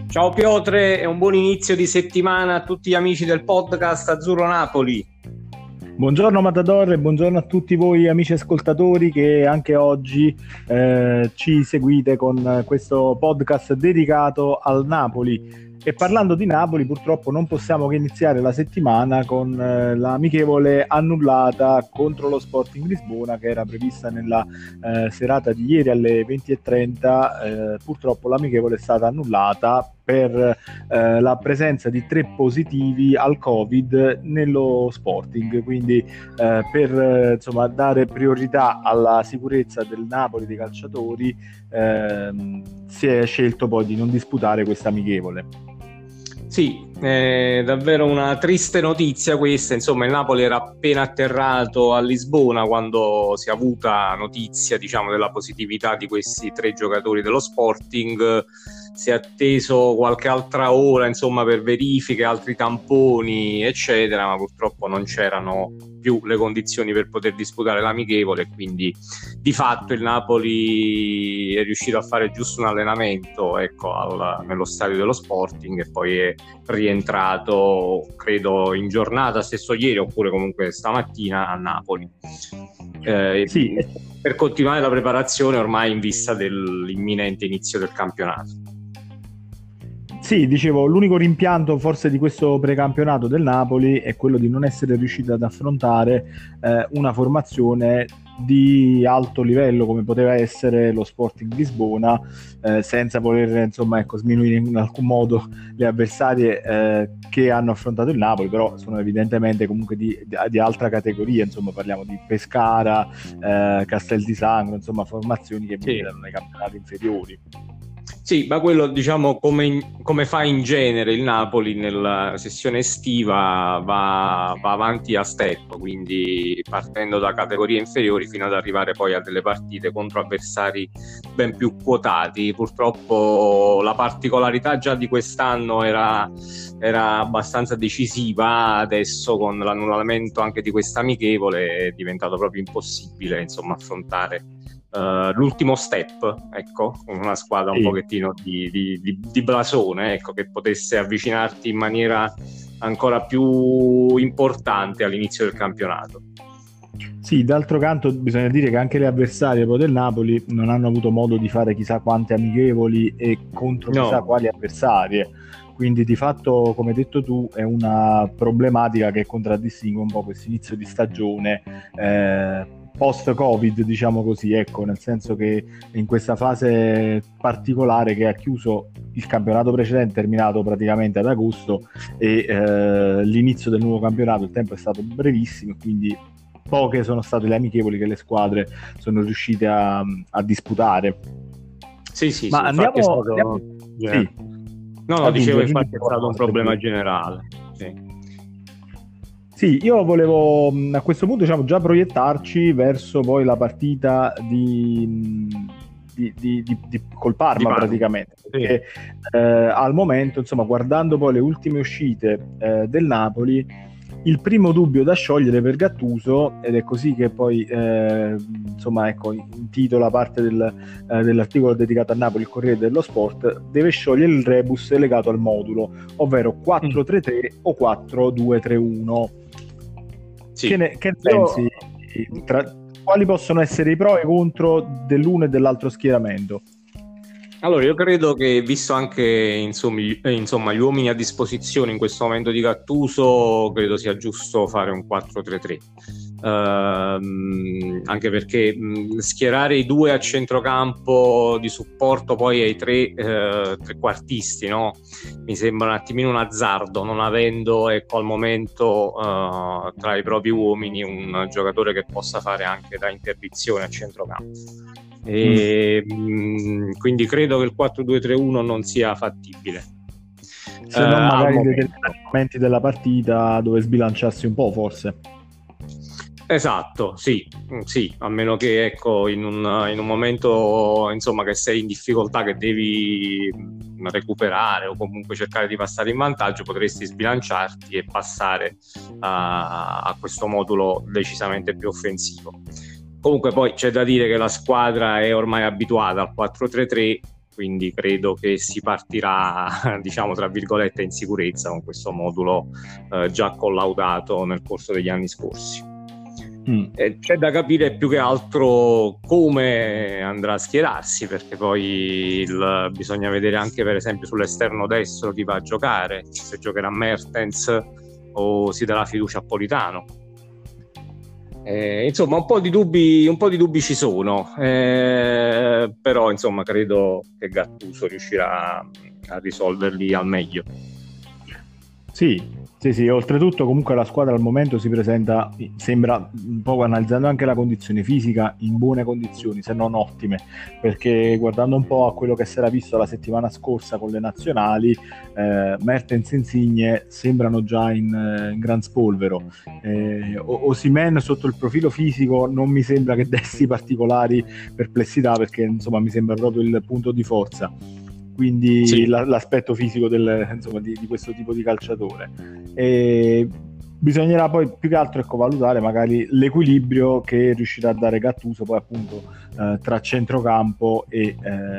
Ciao Piotre e un buon inizio di settimana a tutti gli amici del podcast Azzurro Napoli. Buongiorno Matador e buongiorno a tutti voi amici ascoltatori che anche oggi ci seguite con questo podcast dedicato al Napoli. E parlando di Napoli, purtroppo non possiamo che iniziare la settimana con l'amichevole annullata contro lo Sporting Lisbona, che era prevista nella serata di ieri alle 20:30. Purtroppo l'amichevole è stata annullata per la presenza di 3 positivi al Covid nello Sporting, quindi per insomma dare priorità alla sicurezza del Napoli, dei calciatori, si è scelto poi di non disputare questa amichevole. Sì, è davvero una triste notizia questa. Insomma, il Napoli era appena atterrato a Lisbona quando si è avuta notizia, diciamo, della positività di questi 3 giocatori dello Sporting. Si è atteso qualche altra ora, insomma, per verifiche, altri tamponi, eccetera, ma purtroppo non c'erano più le condizioni per poter disputare l'amichevole, quindi di fatto il Napoli è riuscito a fare giusto un allenamento, ecco, nello stadio dello Sporting, e poi è rientrato, credo, in giornata stesso ieri oppure comunque stamattina a Napoli. Sì. Per continuare la preparazione ormai in vista dell'imminente inizio del campionato. Sì, dicevo, l'unico rimpianto forse di questo precampionato del Napoli è quello di non essere riuscito ad affrontare una formazione di alto livello come poteva essere lo Sporting Lisbona, senza voler insomma sminuire in alcun modo le avversarie che hanno affrontato il Napoli, però sono evidentemente comunque di altra categoria, insomma parliamo di Pescara, Castel di Sangro, insomma formazioni che militano nei campionati inferiori. Sì, ma quello, diciamo, come fa in genere il Napoli nella sessione estiva, va avanti a step, quindi partendo da categorie inferiori fino ad arrivare poi a delle partite contro avversari ben più quotati. Purtroppo la particolarità già di quest'anno era abbastanza decisiva, adesso con l'annullamento anche di questa amichevole è diventato proprio impossibile, insomma, affrontare l'ultimo step, ecco, con una squadra un pochettino di blasone, ecco, che potesse avvicinarti in maniera ancora più importante all'inizio del campionato. Sì, d'altro canto bisogna dire che anche le avversarie poi del Napoli non hanno avuto modo di fare chissà quante amichevoli e contro chissà quali avversarie, quindi di fatto, come hai detto tu, è una problematica che contraddistingue un po' questo inizio di stagione post-Covid, diciamo così, ecco, nel senso che in questa fase particolare che ha chiuso il campionato precedente, terminato praticamente ad agosto, e l'inizio del nuovo campionato, il tempo è stato brevissimo, quindi poche sono state le amichevoli che le squadre sono riuscite a disputare. Sì, ma sì, andiamo... Sì. No, dicevo, infatti è stato un problema generale. Sì, io volevo a questo punto, diciamo, già proiettarci verso poi la partita col Parma praticamente, perché al momento, insomma, guardando poi le ultime uscite del Napoli, il primo dubbio da sciogliere per Gattuso, ed è così che poi insomma, ecco, intitola parte dell'articolo dedicato a Napoli il Corriere dello Sport, deve sciogliere il rebus legato al modulo, ovvero 4-3-3 o 4-2-3-1. Sì. Che pensi? Quali possono essere i pro e i contro dell'uno e dell'altro schieramento? Allora, io credo che, visto anche insomma gli uomini a disposizione in questo momento di Gattuso, credo sia giusto fare un 4-3-3. Anche perché schierare i 2 a centrocampo di supporto poi ai 3 trequartisti, no? Mi sembra un attimino un azzardo, non avendo, ecco, al momento tra i propri uomini un giocatore che possa fare anche da interdizione a centrocampo. Quindi credo che il 4-2-3-1 non sia fattibile, se non magari in determinati momenti della partita dove sbilanciarsi un po', forse. Esatto, sì, a meno che, ecco, in un momento, insomma, che sei in difficoltà, che devi recuperare o comunque cercare di passare in vantaggio, potresti sbilanciarti e passare a questo modulo decisamente più offensivo. Comunque poi c'è da dire che la squadra è ormai abituata al 4-3-3, quindi credo che si partirà diciamo tra virgolette in sicurezza con questo modulo già collaudato nel corso degli anni scorsi. C'è da capire più che altro come andrà a schierarsi, perché poi bisogna vedere anche per esempio sull'esterno destro chi va a giocare, se giocherà Mertens o si darà fiducia a Politano. Insomma un po' di dubbi ci sono, però insomma credo che Gattuso riuscirà a risolverli al meglio. Sì, oltretutto comunque la squadra al momento si presenta, sembra un po', analizzando anche la condizione fisica, in buone condizioni, se non ottime, perché guardando un po' a quello che si era visto la settimana scorsa con le nazionali, Mertens e Insigne sembrano già in gran spolvero. Osimhen sotto il profilo fisico non mi sembra che desti particolari perplessità, perché insomma mi sembra proprio il punto di forza. Quindi sì, l'aspetto fisico di questo tipo di calciatore. E bisognerà poi più che altro valutare magari l'equilibrio che riuscirà a dare Gattuso poi appunto tra centrocampo e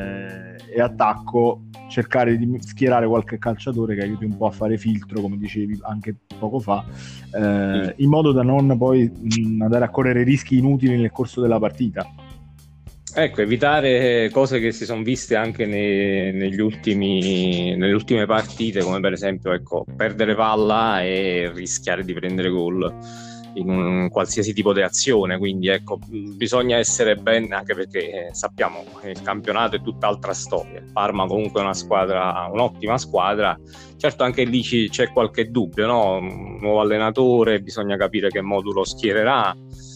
attacco, cercare di schierare qualche calciatore che aiuti un po' a fare filtro, come dicevi anche poco fa, in modo da non poi andare a correre rischi inutili nel corso della partita. Ecco, evitare cose che si sono viste anche nelle ultime partite, come per esempio perdere palla e rischiare di prendere gol in un qualsiasi tipo di azione. Quindi bisogna essere ben, anche perché sappiamo che il campionato è tutt'altra storia. Il Parma comunque è un'ottima squadra. Certo, anche lì c'è qualche dubbio, no? Un nuovo allenatore, bisogna capire che modulo schiererà.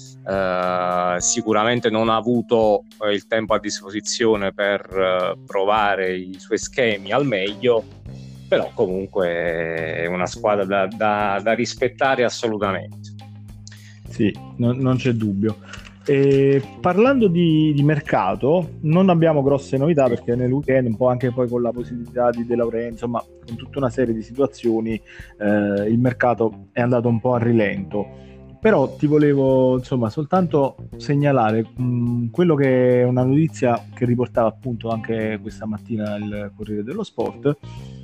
Sicuramente non ha avuto il tempo a disposizione per provare i suoi schemi al meglio, però comunque è una squadra da rispettare assolutamente. Sì, non c'è dubbio. Parlando di mercato, non abbiamo grosse novità, perché nel weekend, un po' anche poi con la possibilità di De Laurentiis, insomma con tutta una serie di situazioni, il mercato è andato un po' a rilento. Però ti volevo soltanto segnalare quello che è una notizia che riportava appunto anche questa mattina il Corriere dello Sport.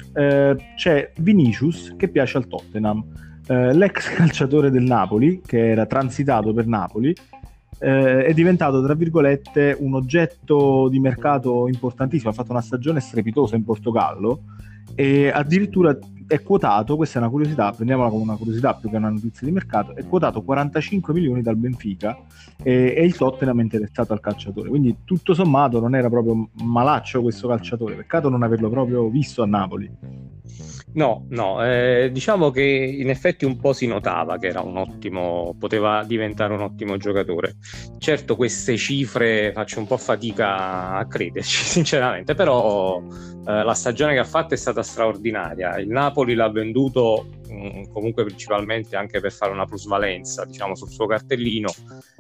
C'è Vinicius che piace al Tottenham, l'ex calciatore del Napoli che era transitato per Napoli, è diventato tra virgolette un oggetto di mercato importantissimo, ha fatto una stagione strepitosa in Portogallo e addirittura è quotato, questa è una curiosità, prendiamola come una curiosità più che una notizia di mercato, è quotato 45 milioni dal Benfica e il Tottenham è interessato al calciatore, quindi tutto sommato non era proprio malaccio questo calciatore, peccato non averlo proprio visto a Napoli. No, diciamo che in effetti un po' si notava che poteva diventare un ottimo giocatore. Certo, queste cifre faccio un po' fatica a crederci sinceramente, però la stagione che ha fatto è stata straordinaria. Il Napoli l'ha venduto comunque principalmente anche per fare una plusvalenza, diciamo, sul suo cartellino,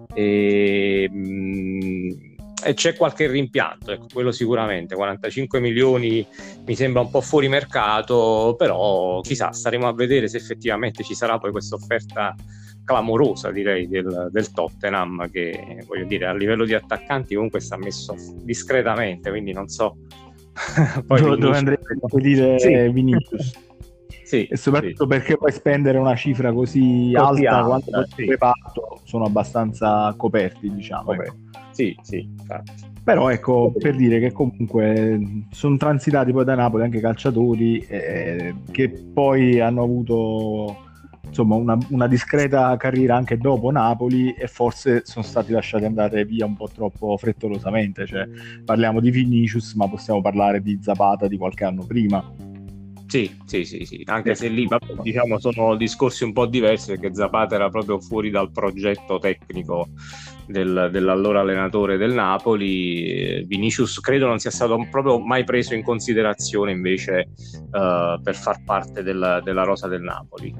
e c'è qualche rimpianto, quello sicuramente. 45 milioni mi sembra un po' fuori mercato, però chissà, staremo a vedere se effettivamente ci sarà poi questa offerta clamorosa, direi, del Tottenham, che voglio dire a livello di attaccanti comunque sta messo discretamente, quindi non so poi dove andrebbe a dire Vinicius. Sì, e soprattutto perché poi spendere una cifra così alta quanto il reparto sono abbastanza coperti, diciamo. Sì, infatti. Però per dire che comunque sono transitati poi da Napoli anche calciatori che poi hanno avuto una discreta carriera anche dopo Napoli e forse sono stati lasciati andare via un po' troppo frettolosamente. Cioè, parliamo di Vinicius, ma possiamo parlare di Zapata di qualche anno prima. Sì, anche se lì diciamo sono discorsi un po' diversi, perché Zapata era proprio fuori dal progetto tecnico dell'allora allenatore del Napoli. Vinicius credo non sia stato proprio mai preso in considerazione invece per far parte della rosa del Napoli.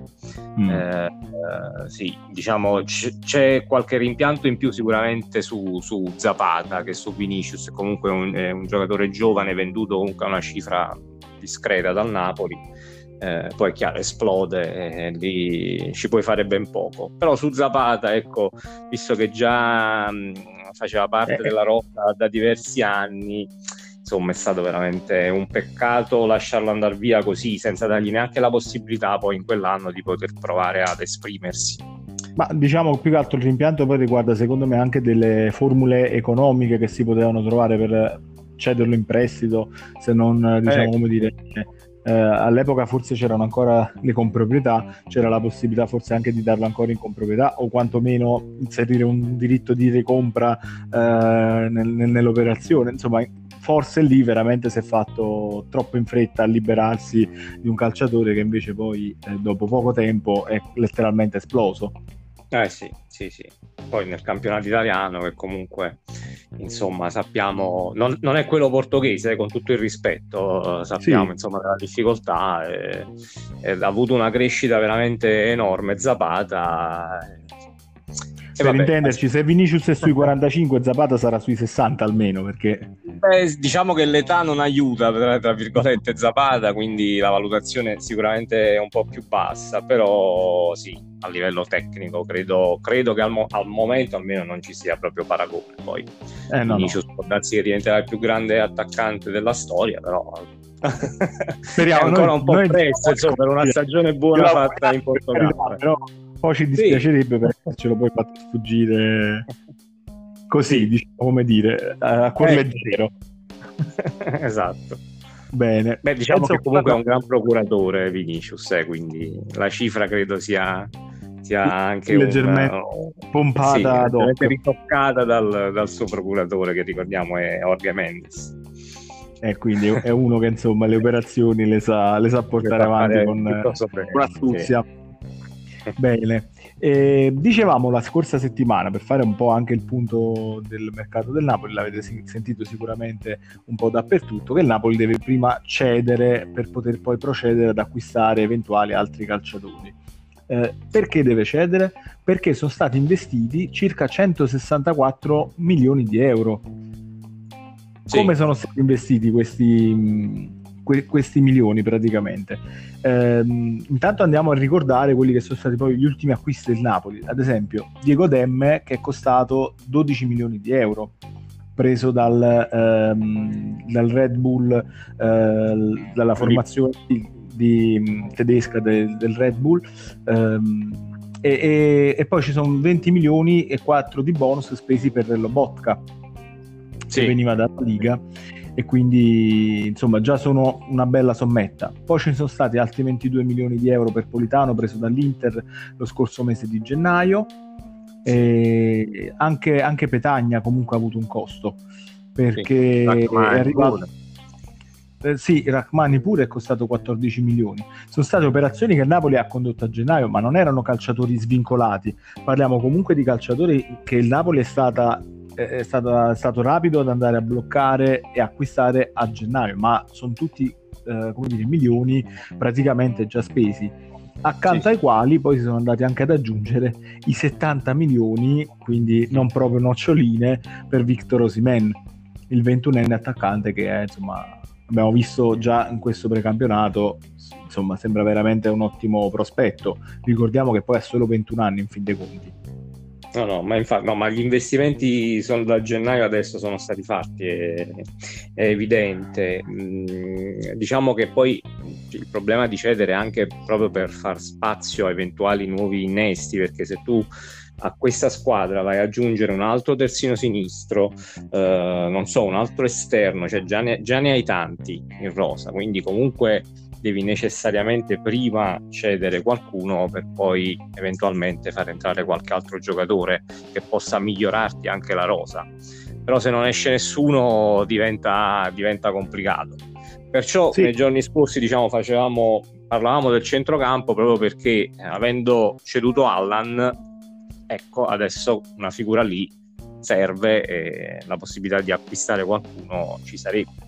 Sì, diciamo c'è qualche rimpianto in più sicuramente su Zapata che su Vinicius. Comunque è un giocatore giovane venduto comunque a una cifra discreta dal Napoli, poi è chiaro esplode e lì ci puoi fare ben poco. Però su Zapata, visto che già faceva parte della rotta da diversi anni, insomma è stato veramente un peccato lasciarlo andare via così, senza dargli neanche la possibilità poi in quell'anno di poter provare ad esprimersi. Ma diciamo più che altro il rimpianto poi riguarda secondo me anche delle formule economiche che si potevano trovare per cederlo in prestito, se non diciamo come dire, all'epoca forse c'erano ancora le comproprietà, c'era la possibilità forse anche di darlo ancora in comproprietà o quantomeno inserire un diritto di ricompra nell'operazione, insomma forse lì veramente si è fatto troppo in fretta a liberarsi di un calciatore che invece poi dopo poco tempo è letteralmente esploso. Sì. Poi nel campionato italiano, che comunque insomma sappiamo non è quello portoghese, con tutto il rispetto, sappiamo sì, insomma della difficoltà, ha avuto una crescita veramente enorme Zapata. Per intenderci, se Vinicius è sui 45, Zapata sarà sui 60 almeno, perché diciamo che l'età non aiuta, tra virgolette, Zapata, quindi la valutazione sicuramente è un po' più bassa, però sì, a livello tecnico credo che al momento almeno non ci sia proprio paragone. Poi Vinicius può darsi che diventerà il più grande attaccante della storia, però speriamo, è ancora un po' presto, insomma, per una stagione buona fatta in Portogallo. Però poi ci dispiacerebbe perché ce lo poi fatto sfuggire così, diciamo, come dire, a cuor leggero. Esatto. Bene. Beh, diciamo che comunque è un gran procuratore Vinicius, quindi la cifra credo sia anche leggermente pompata, leggermente ritoccata dal suo procuratore, che ricordiamo è Jorge Mendes. Quindi è uno che insomma le operazioni le sa portare avanti con astuzia. Sì. Bene, dicevamo la scorsa settimana, per fare un po' anche il punto del mercato del Napoli, l'avete sentito sicuramente un po' dappertutto, che il Napoli deve prima cedere per poter poi procedere ad acquistare eventuali altri calciatori. Perché deve cedere? Perché sono stati investiti circa 164 milioni di euro. Sì. Come sono stati investiti questi milioni praticamente? Intanto andiamo a ricordare quelli che sono stati poi gli ultimi acquisti del Napoli. Ad esempio Diego Demme, che è costato 12 milioni di euro, preso dal Red Bull, dalla formazione tedesca del Red Bull, e poi ci sono 20 milioni e 4 di bonus spesi per Lobotka, che veniva dalla Liga, e quindi insomma già sono una bella sommetta. Poi ci sono stati altri 22 milioni di euro per Politano, preso dall'Inter lo scorso mese di gennaio, e anche Petagna comunque ha avuto un costo, perché è arrivato Rachmani pure è costato 14 milioni. Sono state operazioni che il Napoli ha condotto a gennaio, ma non erano calciatori svincolati, parliamo comunque di calciatori che il Napoli è stato rapido ad andare a bloccare e acquistare a gennaio, ma sono tutti milioni praticamente già spesi, accanto ai quali poi si sono andati anche ad aggiungere i 70 milioni, quindi non proprio noccioline, per Victor Osimhen, il 21enne attaccante che è, insomma, abbiamo visto già in questo precampionato, insomma sembra veramente un ottimo prospetto. Ricordiamo che poi ha solo 21 anni in fin dei conti. Ma gli investimenti sono da gennaio adesso sono stati fatti, è evidente. Diciamo che poi il problema di cedere è anche proprio per far spazio a eventuali nuovi innesti, perché se tu a questa squadra vai ad aggiungere un altro terzino sinistro, un altro esterno, cioè già ne hai tanti in rosa, quindi comunque devi necessariamente prima cedere qualcuno per poi eventualmente far entrare qualche altro giocatore che possa migliorarti anche la rosa. Però se non esce nessuno diventa complicato. Perciò nei giorni scorsi parlavamo del centrocampo, proprio perché avendo ceduto Allan, ecco, adesso una figura lì serve e la possibilità di acquistare qualcuno ci sarebbe.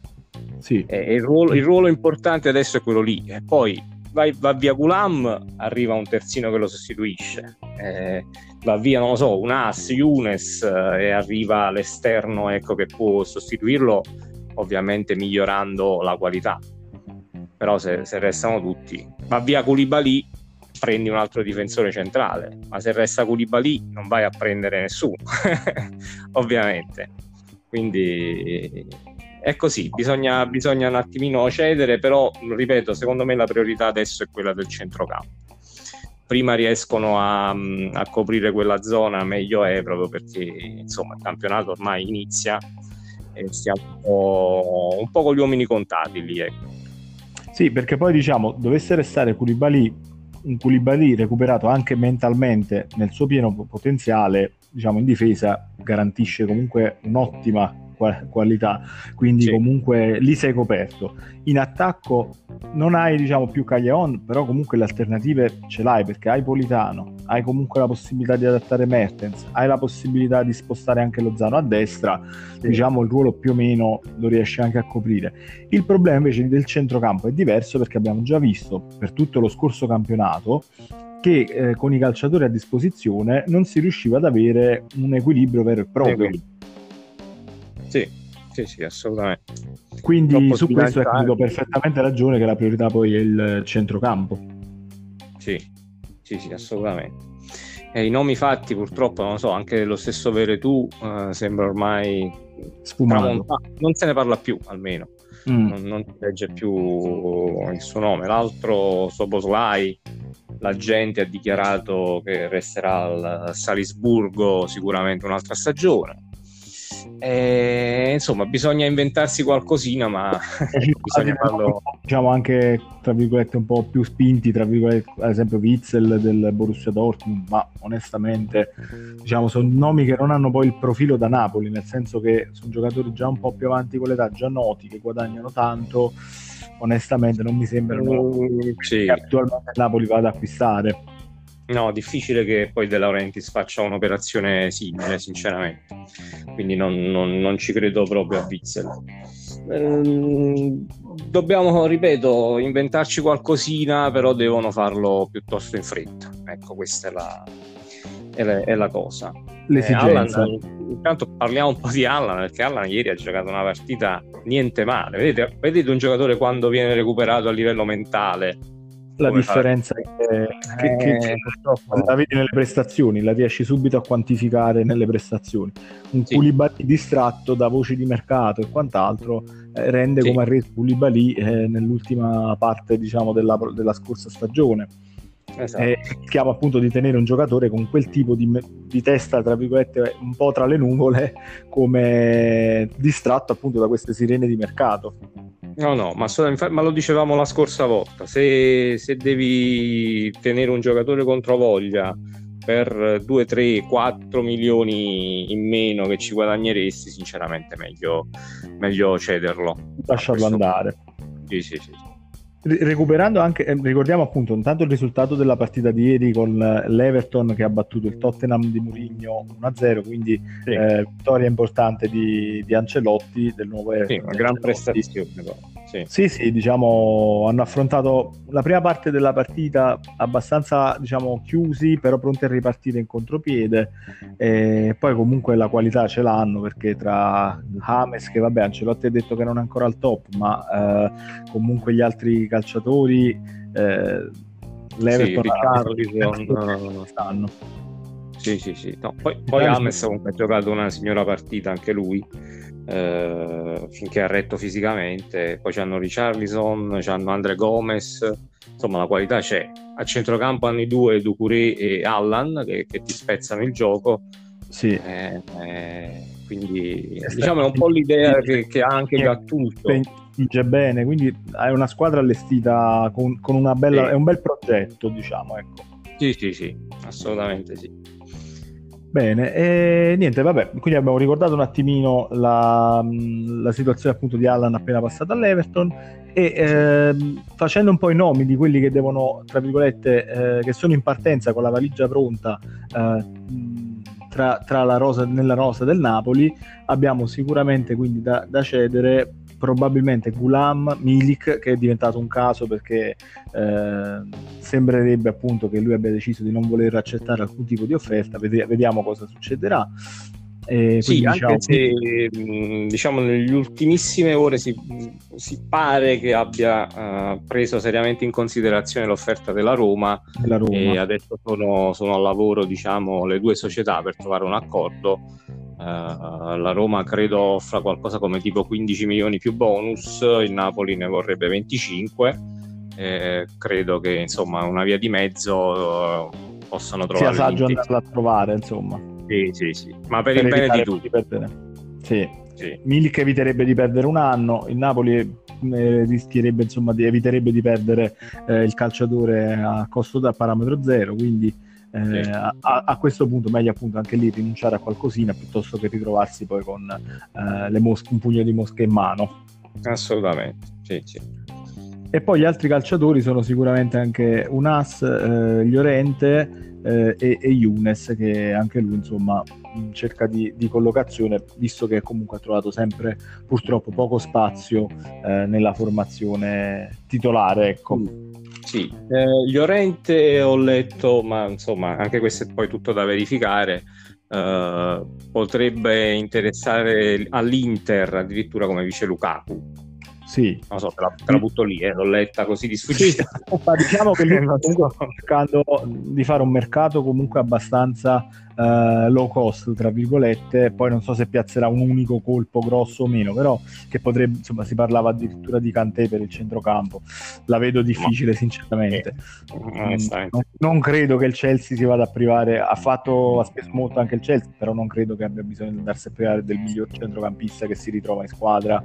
Il ruolo importante adesso è quello lì, e poi va via Gulam, arriva un terzino che lo sostituisce, va via un As, Younes, e arriva l'esterno, ecco, che può sostituirlo, ovviamente migliorando la qualità. Però se restano tutti, va via Koulibaly, prendi un altro difensore centrale, ma se resta Koulibaly non vai a prendere nessuno ovviamente, quindi è così, bisogna un attimino cedere, però ripeto, secondo me la priorità adesso è quella del centrocampo. Prima riescono a coprire quella zona, meglio è, proprio perché insomma il campionato ormai inizia e stiamo un po' con gli uomini contati lì, ecco. Sì, perché poi diciamo, dovesse restare un Koulibaly recuperato anche mentalmente nel suo pieno potenziale, diciamo in difesa garantisce comunque un'ottima qualità, quindi Sì. comunque lì sei coperto. In attacco non hai diciamo più Cagliaon, però comunque le alternative ce l'hai, perché hai Politano, hai comunque la possibilità di adattare Mertens, hai la possibilità di spostare anche Lozano a destra, Sì. diciamo il ruolo più o meno lo riesci anche a coprire. Il problema invece del centrocampo è diverso, perché abbiamo già visto per tutto lo scorso campionato che con i calciatori a disposizione non si riusciva ad avere un equilibrio vero e proprio. Sì, assolutamente. Quindi Troppo su questo sbilanciati. do perfettamente ragione che la priorità poi è il centrocampo. Sì, assolutamente. E i nomi fatti purtroppo, non lo so, anche lo stesso Veretù sembra ormai Sfumato. non se ne parla più, almeno. Non si legge più il suo nome. L'altro, Szoboszlai, la gente ha dichiarato che resterà al Salisburgo sicuramente un'altra stagione. Insomma, bisogna inventarsi qualcosina, ma bisogna farlo, diciamo anche tra virgolette un po' più spinti, tra virgolette, ad esempio Witsel del Borussia Dortmund, ma onestamente diciamo sono nomi che non hanno poi il profilo da Napoli, nel senso che sono giocatori già un po' più avanti con l'età, già noti, che guadagnano tanto. Onestamente non mi sembrano che attualmente Napoli vada ad acquistare. No, difficile che poi De Laurentiis faccia un'operazione simile, sinceramente. Quindi non ci credo proprio a Witsel. Dobbiamo, ripeto, inventarci qualcosina, però devono farlo piuttosto in fretta. Ecco, questa è la cosa. L'esigenza. Intanto parliamo un po' di Allan, perché Allan ieri ha giocato una partita niente male. Vedete un giocatore quando viene recuperato a livello mentale, la differenza che purtroppo la vedi nelle prestazioni, la riesci subito a quantificare nelle prestazioni. Un Koulibaly distratto da voci di mercato e quant'altro rende come ha reso Koulibaly nell'ultima parte, diciamo, della scorsa stagione. Esatto. Rischiamo appunto di tenere un giocatore con quel tipo di testa, tra virgolette, un po' tra le nuvole, come distratto appunto da queste sirene di mercato. No, ma lo dicevamo la scorsa volta, se devi tenere un giocatore controvoglia per 2, 3, 4 milioni in meno che ci guadagneresti, sinceramente meglio cederlo. Lasciarlo andare. Sì. Recuperando anche, ricordiamo appunto intanto il risultato della partita di ieri con l'Everton che ha battuto il Tottenham di Mourinho 1-0, quindi vittoria importante di Ancelotti, del nuovo Everton. Una gran prestazione. Sì, diciamo hanno affrontato la prima parte della partita abbastanza, diciamo, chiusi, però pronti a ripartire in contropiede, e poi comunque la qualità ce l'hanno, perché tra James, che vabbè Ancelotti ha detto che non è ancora al top, ma comunque gli altri calciatori, l'Everton stanno. Sì. No, poi James comunque ha giocato una signora partita anche lui, finché ha retto fisicamente. Poi c'hanno Richarlison, c'hanno Andre Gomes, insomma la qualità c'è. A centrocampo hanno i due, Doucouré e Allan, che ti spezzano il gioco. Sì. Quindi diciamo è un po' l'idea che ha anche Gattuso. Spinge bene, quindi hai una squadra allestita con una bella, è un bel progetto, diciamo, ecco. Sì, assolutamente sì. Bene, e niente, vabbè, quindi abbiamo ricordato un attimino la situazione appunto di Allan appena passata all'Everton, e facendo un po' i nomi di quelli che devono, tra virgolette, che sono in partenza con la valigia pronta tra la rosa, nella rosa del Napoli, abbiamo sicuramente quindi da cedere probabilmente Gulam, Milik, che è diventato un caso perché sembrerebbe appunto che lui abbia deciso di non voler accettare alcun tipo di offerta. Vediamo cosa succederà. Sì, anche se diciamo negli ultimissime ore si pare che abbia preso seriamente in considerazione l'offerta della Roma. E adesso sono al lavoro, diciamo, le due società per trovare un accordo. La Roma credo offra qualcosa come tipo 15 milioni più bonus, il Napoli ne vorrebbe 25. Credo che insomma una via di mezzo possano trovare. Sia saggio andarla a trovare, insomma. Sì. Ma per il bene di tutti. Sì. Milik eviterebbe di perdere un anno, il Napoli rischierebbe, insomma, eviterebbe di perdere il calciatore a costo da parametro zero, quindi a questo punto meglio appunto anche lì rinunciare a qualcosina piuttosto che ritrovarsi poi con un pugno di mosche in mano. Assolutamente, sì. E poi gli altri calciatori sono sicuramente anche Unas, Llorente e Younes, che anche lui insomma cerca di collocazione, visto che comunque ha trovato sempre purtroppo poco spazio nella formazione titolare, ecco. Sì, Llorente ho letto, ma insomma anche questo è poi tutto da verificare, potrebbe interessare all'Inter addirittura come vice Lukaku. Sì. Non so, te la butto lì, l'ho letta così di sfuggita. Sì, diciamo che lui sta cercando di fare un mercato comunque abbastanza low cost, tra virgolette, poi non so se piazzerà un unico colpo grosso o meno, però che potrebbe, insomma, si parlava addirittura di Kanté per il centrocampo, la vedo difficile sinceramente. Non credo che il Chelsea si vada a privare, ha speso molto anche il Chelsea, però non credo che abbia bisogno di andarsi a privare del miglior centrocampista che si ritrova in squadra.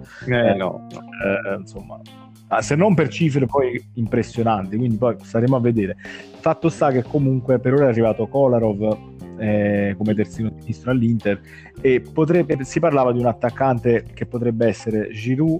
Insomma, se non per cifre poi impressionanti, quindi poi staremo a vedere. Fatto sta che comunque per ora è arrivato Kolarov come terzino sinistro all'Inter, e si parlava di un attaccante che potrebbe essere Giroud,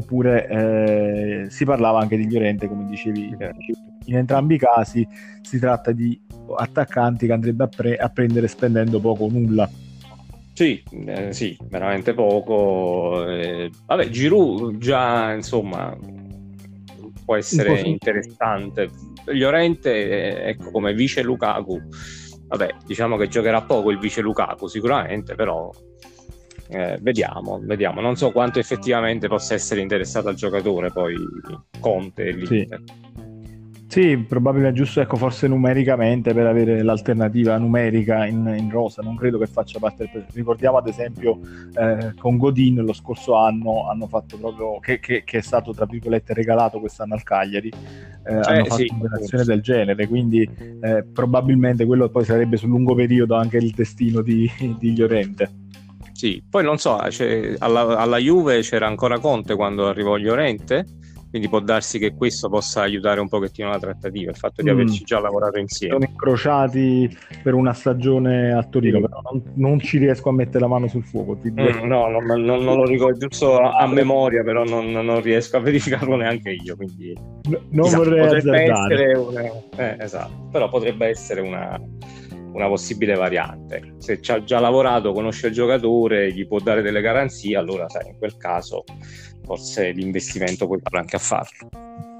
oppure si parlava anche di Llorente, come dicevi. In entrambi i casi si tratta di attaccanti che andrebbe a prendere spendendo poco o nulla. Sì, veramente poco. Vabbè, Giroud già insomma può essere interessante. Llorente, ecco, come vice Lukaku, vabbè, diciamo che giocherà poco il vice Lukaku sicuramente, però vediamo. Non so quanto effettivamente possa essere interessato al giocatore poi Conte e l'Inter. Sì, probabilmente giusto, ecco, forse numericamente, per avere l'alternativa numerica in rosa. Non credo che faccia parte del progetto. Ricordiamo ad esempio con Godin lo scorso anno hanno fatto proprio che è stato tra virgolette regalato quest'anno al Cagliari, hanno fatto un'operazione del genere, quindi probabilmente quello poi sarebbe sul lungo periodo anche il destino di Llorente. Sì, poi non so, alla Juve c'era ancora Conte quando arrivò Llorente, quindi può darsi che questo possa aiutare un pochettino la trattativa, il fatto di averci già lavorato insieme. Sono incrociati per una stagione a Torino, però non ci riesco a mettere la mano sul fuoco. Non lo ricordo giusto a memoria, però non riesco a verificarlo neanche io, quindi non vorrei azzardare. Esatto, però potrebbe essere una possibile variante. Se ci ha già lavorato, conosce il giocatore, gli può dare delle garanzie, allora sai, in quel caso forse l'investimento puoi anche a farlo.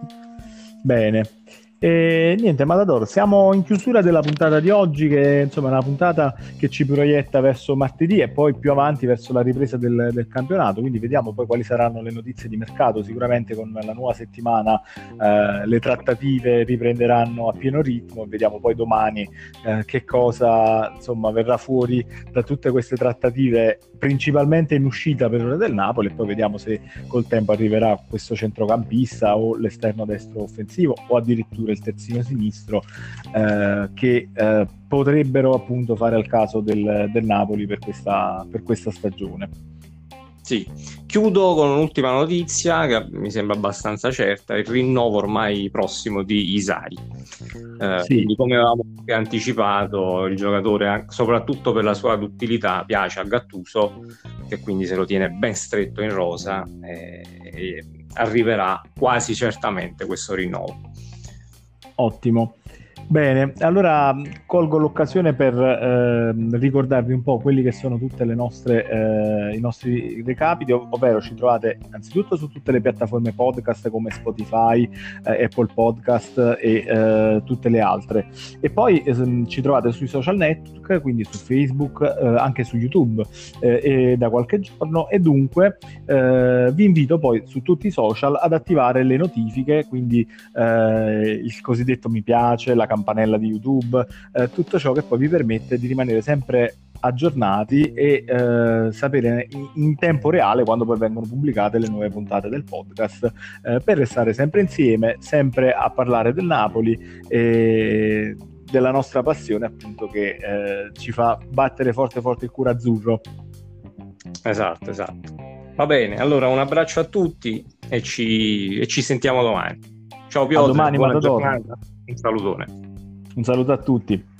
Bene. Niente, Matador, siamo in chiusura della puntata di oggi, che insomma è una puntata che ci proietta verso martedì e poi più avanti verso la ripresa del campionato, quindi vediamo poi quali saranno le notizie di mercato. Sicuramente con la nuova settimana le trattative riprenderanno a pieno ritmo, e vediamo poi domani che cosa insomma verrà fuori da tutte queste trattative, principalmente in uscita per ora del Napoli, e poi vediamo se col tempo arriverà questo centrocampista o l'esterno destro offensivo o addirittura il terzino sinistro che potrebbero appunto fare al caso del Napoli per questa stagione. Sì, chiudo con un'ultima notizia che mi sembra abbastanza certa: il rinnovo ormai prossimo di Isai. Quindi, come avevamo anticipato, il giocatore, soprattutto per la sua duttilità, piace a Gattuso, che quindi se lo tiene ben stretto in rosa, e arriverà quasi certamente questo rinnovo. Ottimo. Bene, allora colgo l'occasione per ricordarvi un po' quelli che sono tutte le nostre i nostri recapiti, ovvero ci trovate innanzitutto su tutte le piattaforme podcast come Spotify, Apple Podcast e tutte le altre, e poi ci trovate sui social network, quindi su Facebook, anche su YouTube e da qualche giorno, e dunque vi invito poi su tutti i social ad attivare le notifiche, quindi il cosiddetto mi piace, la campanella di YouTube, tutto ciò che poi vi permette di rimanere sempre aggiornati e sapere in tempo reale quando poi vengono pubblicate le nuove puntate del podcast, per restare sempre insieme, sempre a parlare del Napoli e della nostra passione, appunto, che ci fa battere forte forte il cuore azzurro. Esatto. Va bene, allora un abbraccio a tutti e ci sentiamo domani. Ciao Piotr, a domani, buona Matador. giornata, un salutone. Un saluto a tutti.